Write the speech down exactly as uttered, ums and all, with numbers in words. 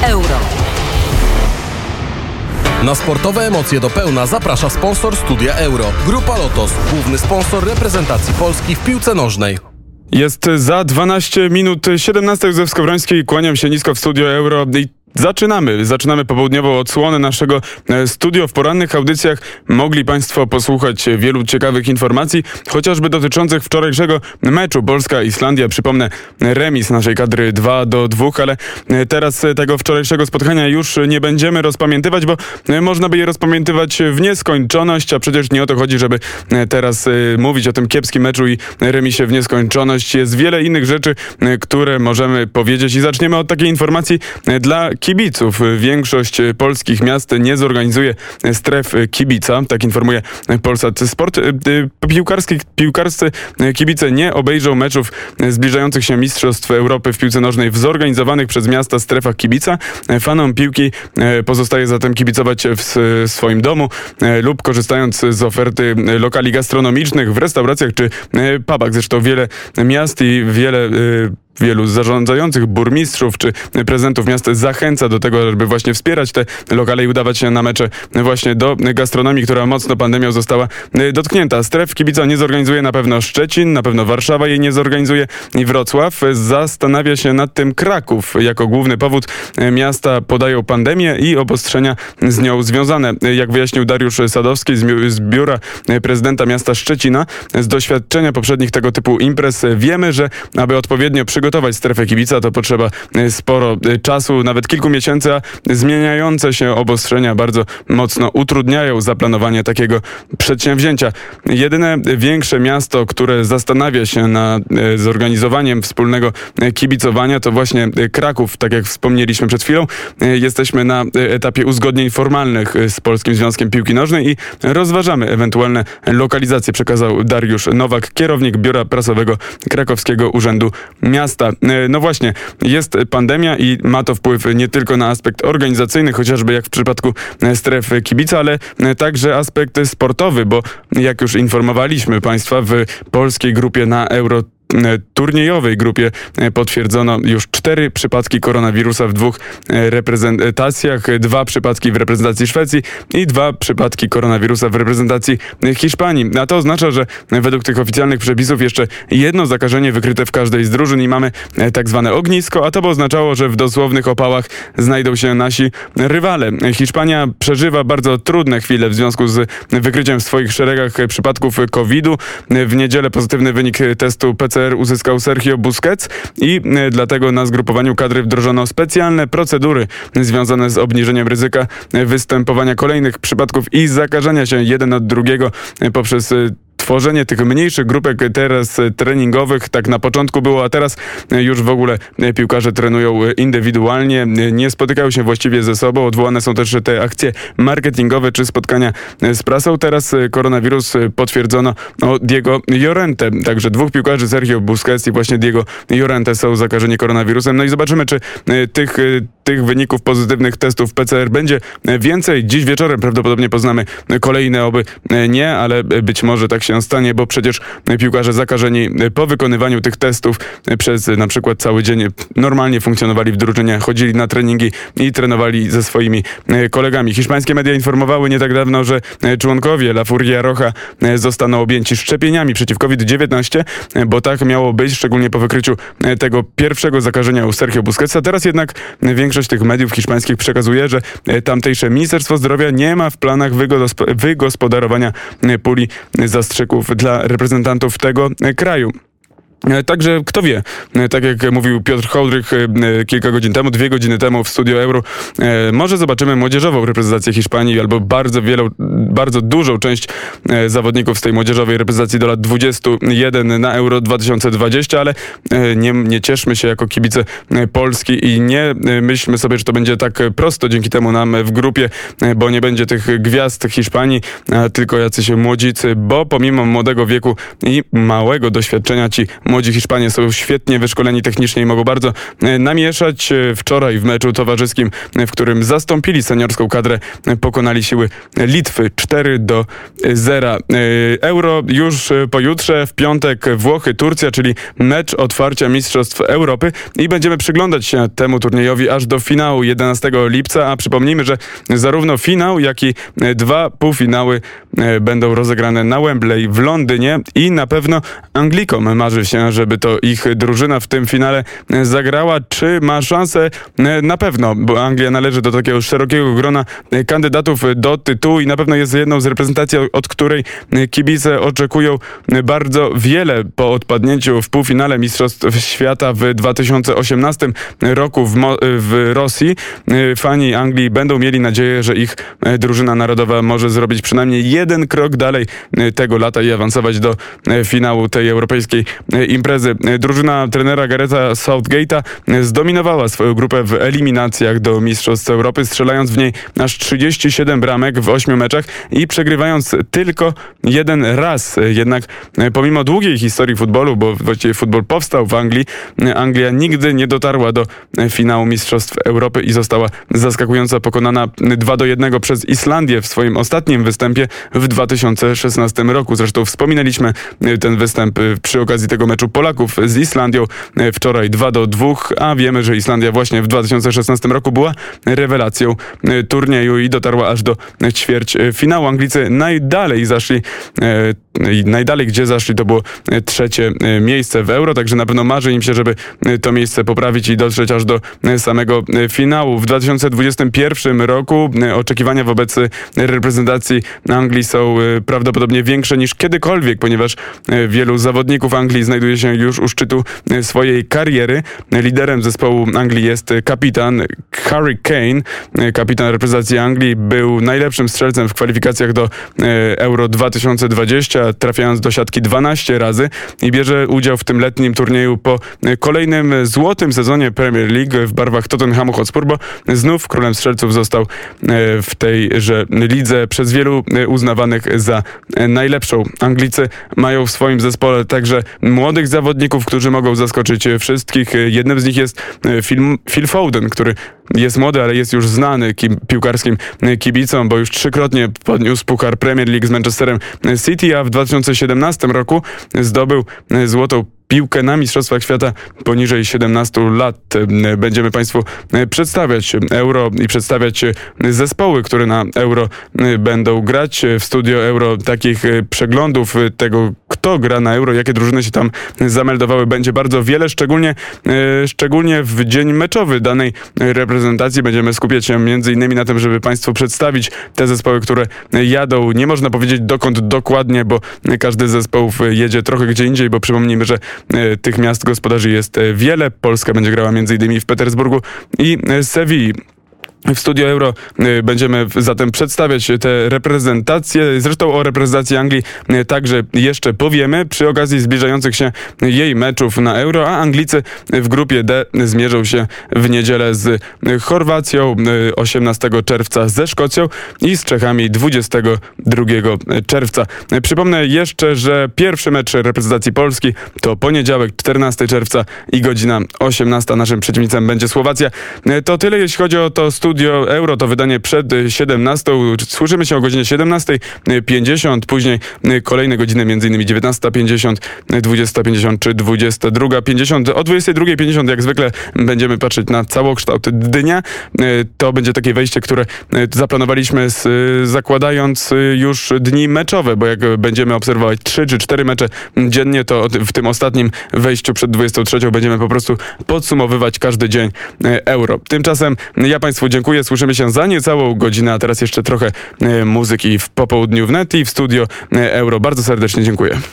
Euro. Na sportowe emocje do pełna zaprasza sponsor Studia Euro. Grupa Lotos, główny sponsor reprezentacji Polski w piłce nożnej. Jest za dwanaście minut siedemnasta. Józef Skowroński, kłaniam się nisko w Studio Euro i Zaczynamy. Zaczynamy popołudniową odsłonę naszego studio. W porannych audycjach mogli Państwo posłuchać wielu ciekawych informacji, chociażby dotyczących wczorajszego meczu Polska-Islandia. Przypomnę, remis naszej kadry dwa do dwóch, ale teraz tego wczorajszego spotkania już nie będziemy rozpamiętywać, bo można by je rozpamiętywać w nieskończoność, a przecież nie o to chodzi, żeby teraz mówić o tym kiepskim meczu i remisie w nieskończoność. Jest wiele innych rzeczy, które możemy powiedzieć i zaczniemy od takiej informacji dla kibiców. Większość polskich miast nie zorganizuje stref kibica, tak informuje Polsat Sport. Piłkarskie, piłkarscy kibice nie obejrzą meczów zbliżających się Mistrzostw Europy w piłce nożnej w zorganizowanych przez miasta strefach kibica. Fanom piłki pozostaje zatem kibicować w swoim domu lub korzystając z oferty lokali gastronomicznych w restauracjach czy pubach. Zresztą wiele miast i wiele Wielu zarządzających, burmistrzów czy prezydentów miast zachęca do tego, żeby właśnie wspierać te lokale i udawać się na mecze właśnie do gastronomii, która mocno pandemią została dotknięta. Stref kibica nie zorganizuje na pewno Szczecin, na pewno Warszawa jej nie zorganizuje i Wrocław. Zastanawia się nad tym Kraków. Jako główny powód miasta podają pandemię i obostrzenia z nią związane. Jak wyjaśnił Dariusz Sadowski z biura prezydenta miasta Szczecina, z doświadczenia poprzednich tego typu imprez wiemy, że aby odpowiednio przygotować Przygotować strefę kibica, to potrzeba sporo czasu, nawet kilku miesięcy, a zmieniające się obostrzenia bardzo mocno utrudniają zaplanowanie takiego przedsięwzięcia. Jedyne większe miasto, które zastanawia się nad zorganizowaniem wspólnego kibicowania, to właśnie Kraków. Tak jak wspomnieliśmy przed chwilą, jesteśmy na etapie uzgodnień formalnych z Polskim Związkiem Piłki Nożnej i rozważamy ewentualne lokalizacje, przekazał Dariusz Nowak, kierownik biura prasowego Krakowskiego Urzędu Miasta. No właśnie, jest pandemia i ma to wpływ nie tylko na aspekt organizacyjny, chociażby jak w przypadku stref kibica, ale także aspekt sportowy, bo jak już informowaliśmy Państwa, w polskiej grupie na Euro turniejowej grupie potwierdzono już cztery przypadki koronawirusa w dwóch reprezentacjach, dwa przypadki w reprezentacji Szwecji i dwa przypadki koronawirusa w reprezentacji Hiszpanii. A to oznacza, że według tych oficjalnych przepisów jeszcze jedno zakażenie wykryte w każdej z drużyn i mamy tak zwane ognisko, a to by oznaczało, że w dosłownych opałach znajdą się nasi rywale. Hiszpania przeżywa bardzo trudne chwile w związku z wykryciem w swoich szeregach przypadków kowida. W niedzielę pozytywny wynik testu P C R uzyskał Sergio Busquets i dlatego na zgrupowaniu kadry wdrożono specjalne procedury związane z obniżeniem ryzyka występowania kolejnych przypadków i zakażenia się jeden od drugiego poprzez tworzenie tych mniejszych grupek teraz treningowych. Tak na początku było, a teraz już w ogóle piłkarze trenują indywidualnie, nie spotykają się właściwie ze sobą. Odwołane są też te akcje marketingowe czy spotkania z prasą. Teraz koronawirus potwierdzono o Diego Llorente. Także dwóch piłkarzy, Sergio Busquets i właśnie Diego Llorente, są zakażeni koronawirusem. No i zobaczymy, czy tych, tych wyników pozytywnych testów P C R będzie więcej. Dziś wieczorem prawdopodobnie poznamy kolejne, oby nie, ale być może tak się stanie, bo przecież piłkarze zakażeni po wykonywaniu tych testów przez na przykład cały dzień normalnie funkcjonowali w drużynie, chodzili na treningi i trenowali ze swoimi kolegami. Hiszpańskie media informowały nie tak dawno, że członkowie La Furia Roja zostaną objęci szczepieniami przeciw COVID dziewiętnaście, bo tak miało być, szczególnie po wykryciu tego pierwszego zakażenia u Sergio Busquetsa. Teraz jednak większość tych mediów hiszpańskich przekazuje, że tamtejsze Ministerstwo Zdrowia nie ma w planach wygospodarowania puli zastrzyków dla reprezentantów tego kraju. Także kto wie, tak jak mówił Piotr Hołdrych kilka godzin temu, dwie godziny temu w Studio Euro, może zobaczymy młodzieżową reprezentację Hiszpanii albo bardzo wielu, bardzo dużą część zawodników z tej młodzieżowej reprezentacji do lat dwudziestu jeden na Euro dwa tysiące dwudziestym, ale nie, nie cieszmy się jako kibice Polski i nie myślmy sobie, że to będzie tak prosto dzięki temu nam w grupie, bo nie będzie tych gwiazd Hiszpanii, tylko jacyś młodzicy, bo pomimo młodego wieku i małego doświadczenia ci Młodzi Hiszpanie są świetnie wyszkoleni technicznie i mogą bardzo namieszać. Wczoraj w meczu towarzyskim, w którym zastąpili seniorską kadrę, pokonali siły Litwy cztery do zera. Euro już pojutrze, w piątek Włochy, Turcja, czyli mecz otwarcia Mistrzostw Europy i będziemy przyglądać się temu turniejowi aż do finału jedenastego lipca, a przypomnijmy, że zarówno finał, jak i dwa półfinały będą rozegrane na Wembley w Londynie i na pewno Anglikom marzy się, żeby to ich drużyna w tym finale zagrała. Czy ma szansę? Na pewno, bo Anglia należy do takiego szerokiego grona kandydatów do tytułu i na pewno jest jedną z reprezentacji, od której kibice oczekują bardzo wiele po odpadnięciu w półfinale Mistrzostw Świata w dwa tysiące osiemnastym roku w, Mo- w Rosji. Fani Anglii będą mieli nadzieję, że ich drużyna narodowa może zrobić przynajmniej jeden krok dalej tego lata i awansować do finału tej europejskiej imprezy. Drużyna trenera Garetha Southgate'a zdominowała swoją grupę w eliminacjach do Mistrzostw Europy, strzelając w niej aż trzydzieści siedem bramek w ośmiu meczach i przegrywając tylko jeden raz. Jednak pomimo długiej historii futbolu, bo właściwie futbol powstał w Anglii, Anglia nigdy nie dotarła do finału Mistrzostw Europy i została zaskakująco pokonana dwa do jednego przez Islandię w swoim ostatnim występie w dwa tysiące szesnastym roku. Zresztą wspominaliśmy ten występ przy okazji tego meczu Polaków z Islandią wczoraj dwa do dwóch, a wiemy, że Islandia właśnie w dwa tysiące szesnastym roku była rewelacją turnieju i dotarła aż do ćwierć finału. Anglicy najdalej zaszli, i najdalej gdzie zaszli, to było trzecie miejsce w Euro, także na pewno marzy im się, żeby to miejsce poprawić i dotrzeć aż do samego finału. W dwa tysiące dwudziestym pierwszym roku oczekiwania wobec reprezentacji Anglii są prawdopodobnie większe niż kiedykolwiek, ponieważ wielu zawodników Anglii znajduje się już u szczytu swojej kariery. Liderem zespołu Anglii jest kapitan Harry Kane. Kapitan reprezentacji Anglii był najlepszym strzelcem w kwalifikacjach do Euro dwa tysiące dwudziestego, trafiając do siatki dwanaście razy i bierze udział w tym letnim turnieju po kolejnym złotym sezonie Premier League w barwach Tottenhamu Hotspur, bo znów królem strzelców został w tejże lidze przez wielu uznawanych za najlepszą. Anglicy mają w swoim zespole także młodych zawodników, którzy mogą zaskoczyć wszystkich. Jednym z nich jest Phil, Phil Foden, który jest młody, ale jest już znany ki- piłkarskim kibicom, bo już trzykrotnie podniósł puchar Premier League z Manchesterem City, a w dwa tysiące siedemnastym roku zdobył złotą piłkę na Mistrzostwach Świata poniżej siedemnastu lat. Będziemy Państwu przedstawiać Euro i przedstawiać zespoły, które na Euro będą grać. W studio Euro takich przeglądów tego, kto gra na Euro, jakie drużyny się tam zameldowały, będzie bardzo wiele, szczególnie, szczególnie w dzień meczowy danej reprezentacji. Będziemy skupiać się między innymi na tym, żeby Państwu przedstawić te zespoły, które jadą. Nie można powiedzieć dokąd dokładnie, bo każdy z zespołów jedzie trochę gdzie indziej, bo przypomnijmy, że tych miast gospodarzy jest wiele. Polska będzie grała między innymi w Petersburgu i Sewilli. W Studio Euro będziemy zatem przedstawiać te reprezentacje. Zresztą o reprezentacji Anglii także jeszcze powiemy przy okazji zbliżających się jej meczów na Euro, a Anglicy w grupie D zmierzą się w niedzielę z Chorwacją osiemnastego czerwca, ze Szkocją i z Czechami dwudziestego drugiego czerwca. Przypomnę jeszcze, że pierwszy mecz reprezentacji Polski to poniedziałek czternastego czerwca i godzina osiemnasta. Naszym przeciwnikiem będzie Słowacja. To tyle, jeśli chodzi o to studio Euro, to wydanie przed siedemnastą. Słyszymy się o godzinie siedemnasta pięćdziesiąt, później kolejne godziny, między innymi dziewiętnasta pięćdziesiąt, dwudziesta pięćdziesiąt czy dwudziesta druga pięćdziesiąt. O dwudziestej drugiej pięćdziesiąt jak zwykle będziemy patrzeć na całokształt dnia. To będzie takie wejście, które zaplanowaliśmy z, zakładając już dni meczowe, bo jak będziemy obserwować trzy czy cztery mecze dziennie, to w tym ostatnim wejściu przed dwudziestą trzecią będziemy po prostu podsumowywać każdy dzień Euro. Tymczasem ja Państwu dziękuję. Słyszymy się za niecałą godzinę, a teraz jeszcze trochę muzyki w popołudniu wnet i w studio Euro. Bardzo serdecznie dziękuję.